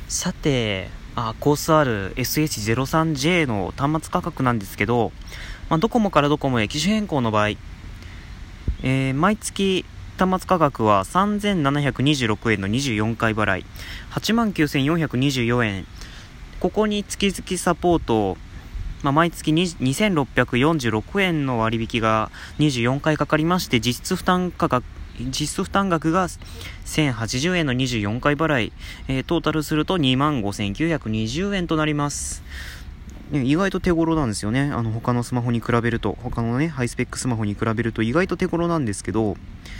さて、コース R SH03J の端末価格なんですけど、ドコモからドコモへ機種変更の場合、毎月端末価格は3726円の24回払い、89,424円。ここに月々サポート、毎月2646円の割引が24回かかりまして、実質負担額が1080円の24回払い、トータルすると25,920円となります。意外と手頃なんですよね。他のスマホに比べると、他のね、ハイスペックスマホに比べると意外と手頃なんですけど、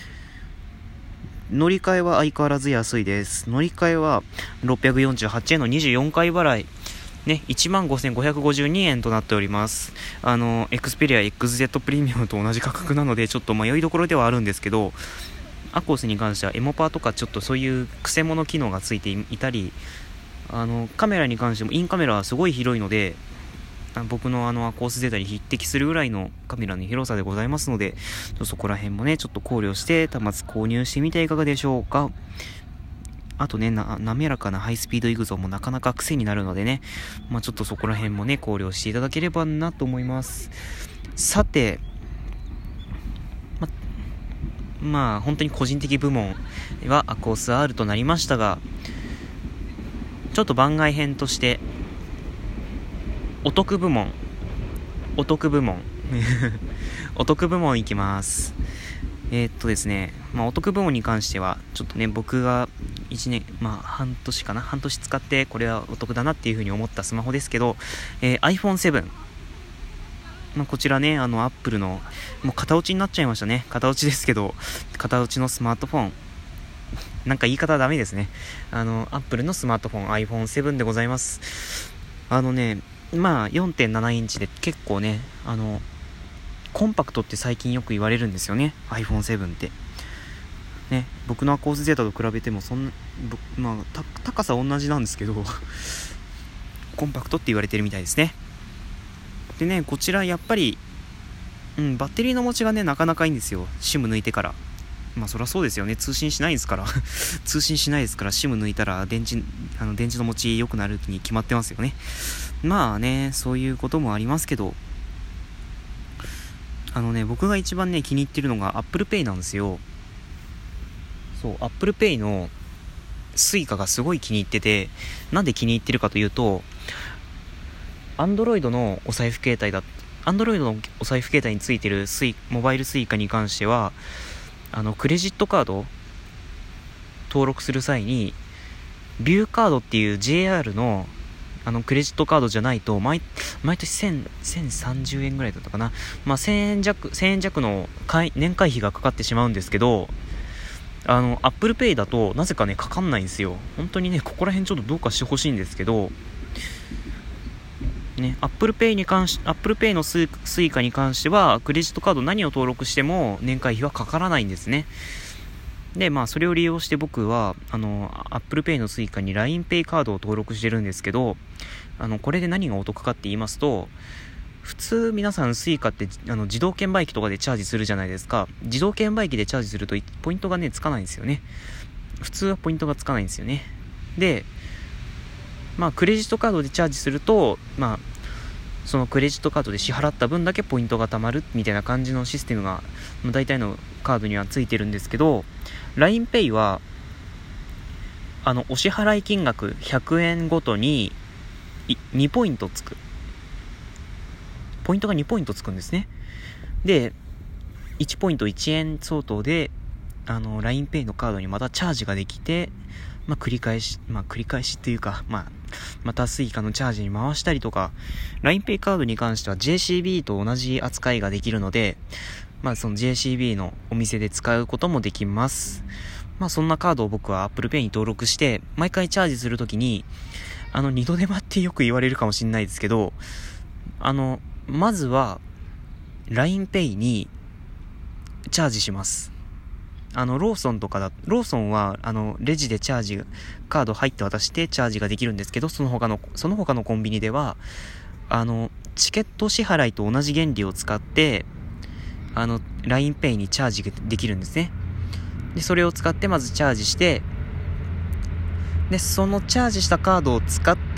乗り換えは相変わらず安いです。乗り換えは648円の24回払い。15,552円となっております。エクスペリア XZ プレミアムと同じ価格なので、ちょっと迷いどころではあるんですけど、アコースに関してはエモパーとかちょっとそういうクセモノ機能がついていたり、カメラに関してもインカメラはすごい広いので、僕のアコースデータに匹敵するぐらいのカメラの広さでございますので、そこら辺もね、ちょっと考慮して端末購入してみてはいかがでしょうか。あとね、滑らかなハイスピードイグゾもなかなか癖になるのでね、ちょっとそこら辺もね、考慮していただければなと思います。さて、本当に個人的部門はアコース R となりましたが、ちょっと番外編として、お得部門お得部門いきます。ですね、お得部門に関してはちょっとね、僕が1年半年使ってこれはお得だなっていう風に思ったスマホですけど、iPhone7、こちらね、アップルのもう型落ちになっちゃいましたね。型落ちですけど、型落ちのスマートフォン、なんか言い方ダメですね。アップルのスマートフォン iPhone7 でございます。4.7 インチで結構ね、コンパクトって最近よく言われるんですよね、 iPhone7 ってね。僕のアコースデータと比べても高さ同じなんですけどコンパクトって言われてるみたいですね。でね、こちらやっぱり、バッテリーの持ちがね、なかなかいいんですよ。 SIM 抜いてから、そりゃそうですよね、通信しないですからSIM 抜いたら電池の持ち良くなるに決まってますよね。そういうこともありますけど、僕が一番ね、気に入ってるのが Apple Pay なんですよ。そう、Apple Pay のスイカがすごい気に入ってて、なんで気に入ってるかというと、Android のお財布携帯についてるモバイルスイカに関しては、クレジットカード登録する際に、ビューカードっていう JR のクレジットカードじゃないと毎年1030円ぐらいだったかな、1000円弱の年会費がかかってしまうんですけど、Apple Pay だとなぜかね、かかんないんですよ。本当にね、ここら辺ちょっとどうかしてほしいんですけどね、Apple Pay のスイカに関しては、クレジットカード何を登録しても年会費はかからないんですね。で、それを利用して僕はApple Pay のスイカに LINEPay カードを登録してるんですけど、これで何がお得かって言いますと、普通皆さんスイカって自動券売機とかでチャージするじゃないですか。自動券売機でチャージするとポイントがね、つかないんですよね。普通はポイントがつかないんですよね。で、クレジットカードでチャージすると、そのクレジットカードで支払った分だけポイントが貯まるみたいな感じのシステムが、大体のカードにはついてるんですけど、 LINEPay はお支払い金額100円ごとに2ポイントつく。ポイントが2ポイントつくんですね。で、1ポイント1円相当でLINEPay のカードにまたチャージができて、繰り返しっていうか、またスイカのチャージに回したりとか、 LINEPay カードに関しては JCB と同じ扱いができるので、その JCB のお店で使うこともできます。そんなカードを僕は Apple Pay に登録して、毎回チャージするときに二度手間ってよく言われるかもしれないですけど、まずは LINEPay にチャージします。ローソンはレジでチャージカード入って渡してチャージができるんですけど、その他のコンビニではチケット支払いと同じ原理を使ってLINEPay にチャージができるんですね。で、それを使ってまずチャージして、 で、そのチャージしたカードを使って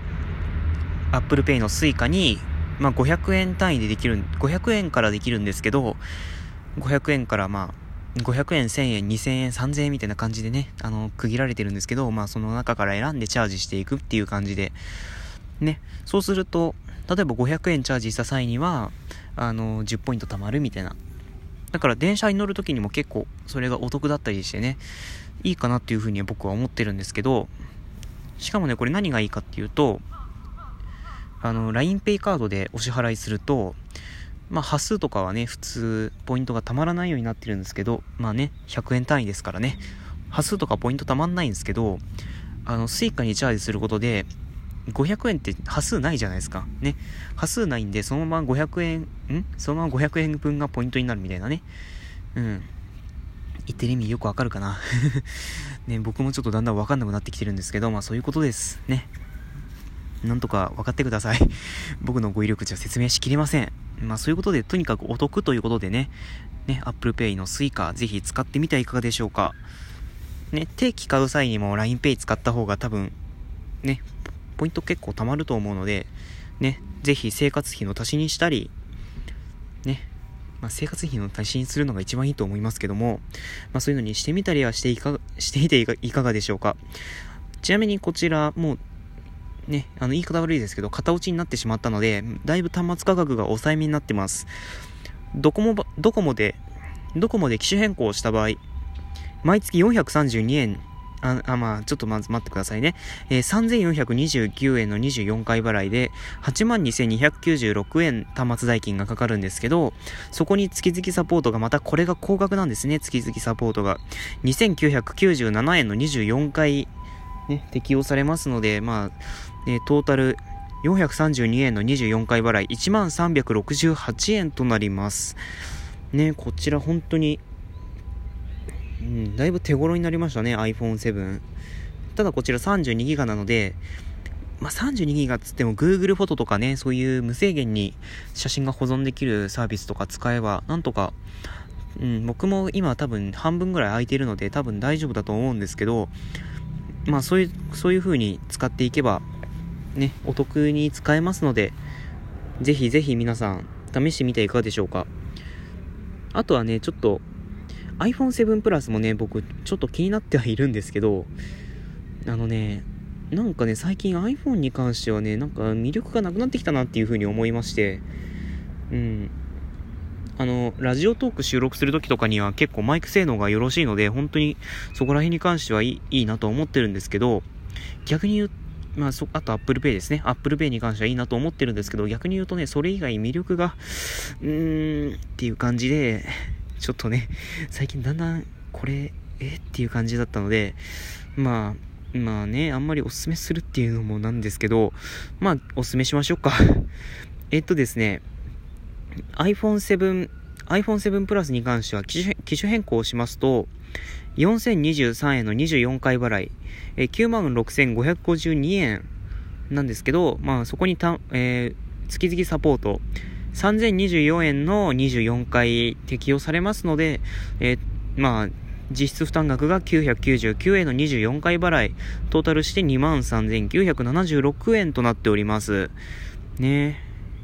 、Apple Pay の Suica に、500円単位で500円からできるんですけど、500円から500円、1000円、2000円、3000円みたいな感じでね、区切られてるんですけど、その中から選んでチャージしていくっていう感じで、ね、そうすると、例えば500円チャージした際には、10ポイント貯まるみたいな。だから電車に乗るときにも結構それがお得だったりしてね、いいかなっていうふうに僕は思ってるんですけど、しかもね、これ何がいいかっていうと、LINEPay カードでお支払いすると、端数とかはね、普通ポイントがたまらないようになってるんですけど、100円単位ですからね、端数とかポイントたまんないんですけど、Suica にチャージすることで、500円って端数ないじゃないですか。ね。端数ないんで、そのまま500円分がポイントになるみたいなね。言ってる意味よくわかるかな。ね、僕もちょっとだんだんわかんなくなってきてるんですけど、そういうことです。ね。なんとか分かってください。僕の語彙力じゃ説明しきれません。そういうことで、とにかくお得ということでね、Apple Pay の Suica、ぜひ使ってみてはいかがでしょうか。ね、定期買う際にも LINEPay 使った方が多分、ね、ポイント結構貯まると思うので、ね、ぜひ生活費の足しにしたり、ね、生活費の足しにするのが一番いいと思いますけども、そういうのにしてみたりはしてみていかがでしょうか。ちなみにこちら、もう、ね、言い方悪いですけど、型落ちになってしまったので、だいぶ端末価格が抑えめになってます。ドコモで機種変更した場合、毎月432円、ちょっとまず待ってくださいね。3429円の24回払いで、82,296円端末代金がかかるんですけど、そこに月々サポートがまたこれが高額なんですね、月々サポートが。2997円の24回、ね、適用されますので、トータル432円の24回払い、1368円となります。ね、こちら本当に、だいぶ手頃になりましたね、iPhone7。ただこちら 32GB なので、32GB つっても Google フォトとかね、そういう無制限に写真が保存できるサービスとか使えば、なんとか、僕も今多分半分ぐらい空いているので多分大丈夫だと思うんですけど、そういう風に使っていけば、ね、お得に使えますので、ぜひぜひ皆さん試してみてはいかがでしょうか。あとはね、ちょっと iPhone7 プラスもね、僕ちょっと気になってはいるんですけど、なんかね、最近 iPhone に関してはね、なんか魅力がなくなってきたなっていう風に思いまして、ラジオトーク収録するときとかには結構マイク性能がよろしいので、本当にそこら辺に関してはいいなと思ってるんですけど、逆に言う、あと Apple Pay ですね。Apple Pay に関してはいいなと思ってるんですけど、逆に言うとね、それ以外魅力が、っていう感じで、ちょっとね、最近だんだん、これ、っていう感じだったので、ね、あんまりおすすめするっていうのもなんですけど、おすすめしましょうか。ですね、iPhone7 プラスに関しては機種変更しますと、4023円の24回払い、96,552 円なんですけど、そこに月々サポート、3024円の24回適用されますので、実質負担額が999円の24回払い、トータルして 23,976 円となっております。ね。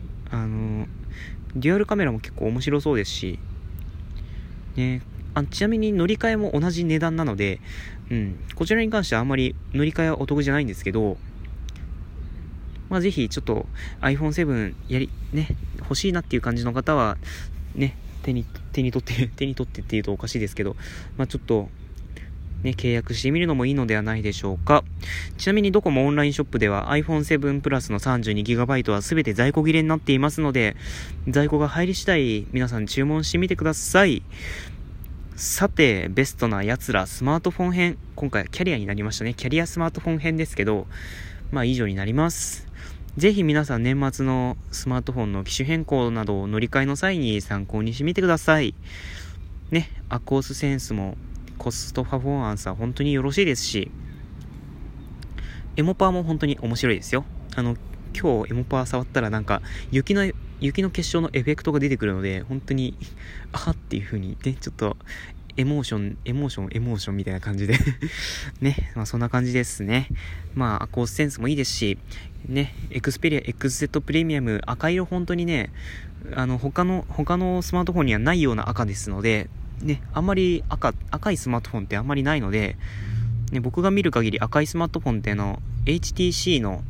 デュアルカメラも結構面白そうですし、ね。ちなみに乗り換えも同じ値段なので、こちらに関してはあんまり乗り換えはお得じゃないんですけど、ぜひちょっと iPhone7 欲しいなっていう感じの方は、ね、手に取ってっていうとおかしいですけど、ちょっと、ね、契約してみるのもいいのではないでしょうか。ちなみにドコモオンラインショップでは iPhone7 プラスの 32GB はすべて在庫切れになっていますので、在庫が入り次第皆さん注文してみてください。さて、ベストなやつらスマートフォン編、今回はキャリアになりましたね。キャリアスマートフォン編ですけど、以上になります。ぜひ皆さん年末のスマートフォンの機種変更などを乗り換えの際に参考にしてみてください。ね、アコースセンスもコストパフォーマンスは本当によろしいですし、エモパーも本当に面白いですよ。今日エモパー触ったらなんか雪の結晶のエフェクトが出てくるので、本当にっていう風にね、ちょっとエモーションみたいな感じでね、まあそんな感じですね。まあアコースセンスもいいですし、ね、エクスペリア XZ プレミアム赤色本当にね、他のスマートフォンにはないような赤ですので、ね、あんまり赤いスマートフォンってあんまりないので、ね、僕が見る限り赤いスマートフォンってHTC の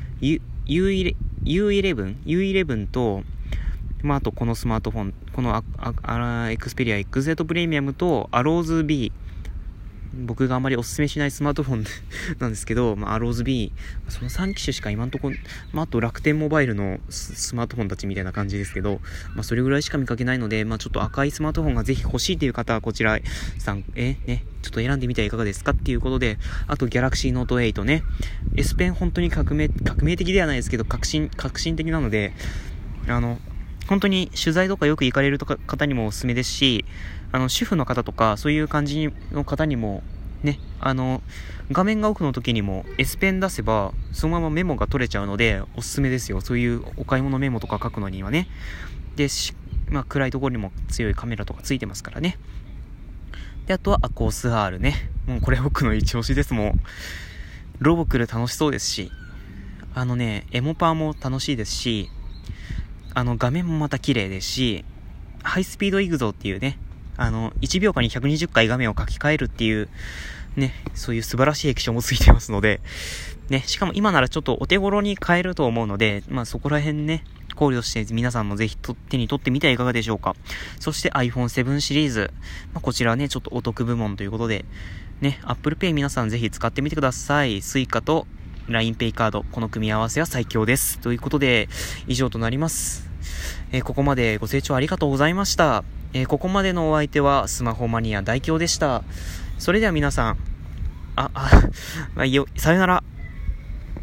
U11 と、まあ、あとこのスマートフォン、このエクスペリア XZ プレミアムとアローズ B、僕があまりおすすめしないスマートフォンなんですけど、まあ、アローズ B、その3機種しか今んとこ、まあ、あと楽天モバイルのスマートフォンたちみたいな感じですけど、まあ、それぐらいしか見かけないので、まあ、ちょっと赤いスマートフォンがぜひ欲しいという方はこちらちょっと選んでみてはいかがですかっていうことで、あと Galaxy Note 8ね、S Pen 本当に革命的ではないですけど、革新的なので、本当に取材とかよく行かれる方にもおすすめですし、主婦の方とかそういう感じの方にもね、画面がオフの時にも S ペン出せばそのままメモが取れちゃうのでおすすめですよ。そういうお買い物メモとか書くのにはね。で、まあ、暗いところにも強いカメラとかついてますからね。で、あとはアコース R ね、もうこれ僕の一押しです。もうロボクル楽しそうですし、エモパーも楽しいですし、画面もまた綺麗ですし、ハイスピードイグゾーっていうね、1秒間に120回画面を書き換えるっていうね、そういう素晴らしい液晶もついてますのでね、しかも今ならちょっとお手頃に買えると思うので、まあそこら辺ね考慮して皆さんもぜひ手に取ってみてはいかがでしょうか。そして iPhone7 シリーズ、まあ、こちらねちょっとお得部門ということでね、Apple Pay 皆さんぜひ使ってみてください。Suica と LINEPay カード、この組み合わせは最強ですということで以上となります。ここまでご清聴ありがとうございました。ここまでのお相手はスマホマニア大京でした。それでは皆さん、さよなら。